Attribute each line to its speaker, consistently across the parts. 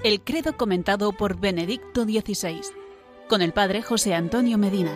Speaker 1: El credo comentado por Benedicto XVI, con el padre José Antonio Medina.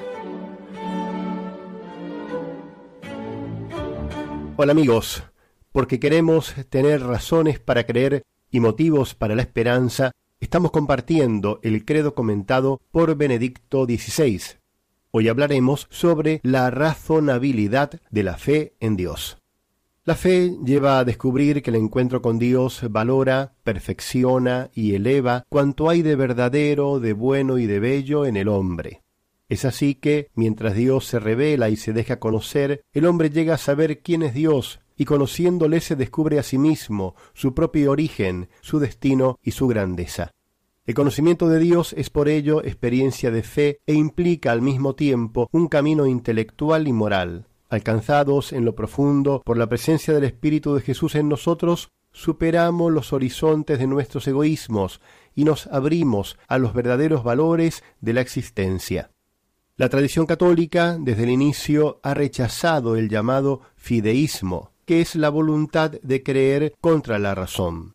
Speaker 2: Hola amigos, porque queremos tener razones para creer y motivos para la esperanza, estamos compartiendo el credo comentado por Benedicto XVI. Hoy hablaremos sobre la razonabilidad de la fe en Dios. La fe lleva a descubrir que el encuentro con Dios valora, perfecciona y eleva cuanto hay de verdadero, de bueno y de bello en el hombre. Es así que, mientras Dios se revela y se deja conocer, el hombre llega a saber quién es Dios, y conociéndole se descubre a sí mismo, su propio origen, su destino y su grandeza. El conocimiento de Dios es por ello experiencia de fe e implica al mismo tiempo un camino intelectual y moral. Alcanzados en lo profundo por la presencia del Espíritu de Jesús en nosotros, superamos los horizontes de nuestros egoísmos y nos abrimos a los verdaderos valores de la existencia. La tradición católica, desde el inicio, ha rechazado el llamado fideísmo, que es la voluntad de creer contra la razón.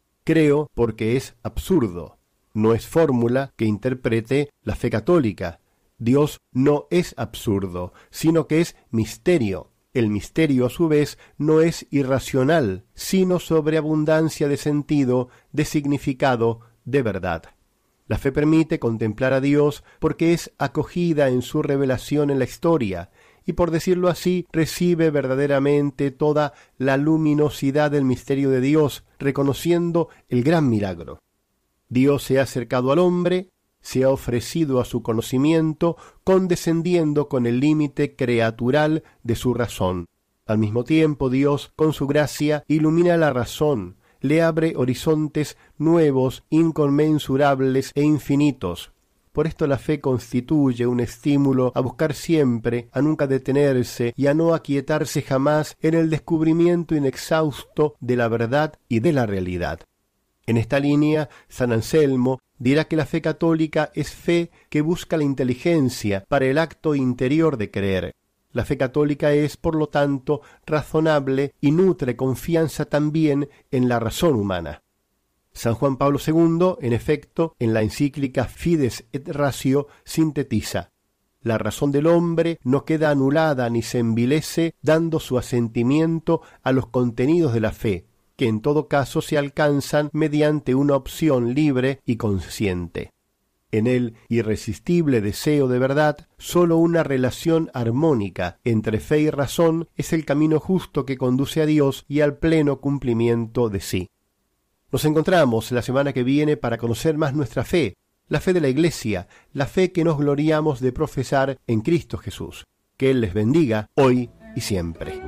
Speaker 2: Creo porque es absurdo. No es fórmula que interprete la fe católica. Dios no es absurdo, sino que es misterio. El misterio, a su vez, no es irracional, sino sobreabundancia de sentido, de significado, de verdad. La fe permite contemplar a Dios porque es acogida en su revelación en la historia, y por decirlo así, recibe verdaderamente toda la luminosidad del misterio de Dios, reconociendo el gran milagro. Dios se ha acercado al hombre, se ha ofrecido a su conocimiento, condescendiendo con el límite creatural de su razón. Al mismo tiempo, Dios, con su gracia, ilumina la razón, le abre horizontes nuevos, inconmensurables e infinitos. Por esto la fe constituye un estímulo a buscar siempre, a nunca detenerse y a no aquietarse jamás en el descubrimiento inexhausto de la verdad y de la realidad. En esta línea, San Anselmo dirá que la fe católica es fe que busca la inteligencia para el acto interior de creer. La fe católica es, por lo tanto, razonable y nutre confianza también en la razón humana. San Juan Pablo II, en efecto, en la encíclica Fides et Ratio, sintetiza: la razón del hombre no queda anulada ni se envilece dando su asentimiento a los contenidos de la fe, que en todo caso se alcanzan mediante una opción libre y consciente. En el irresistible deseo de verdad, sólo una relación armónica entre fe y razón es el camino justo que conduce a Dios y al pleno cumplimiento de sí. Nos encontramos la semana que viene para conocer más nuestra fe, la fe de la Iglesia, la fe que nos gloriamos de profesar en Cristo Jesús. Que Él les bendiga hoy y siempre.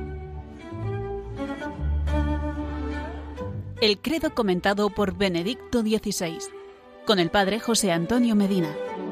Speaker 1: El credo comentado por Benedicto XVI, con el padre José Antonio Medina.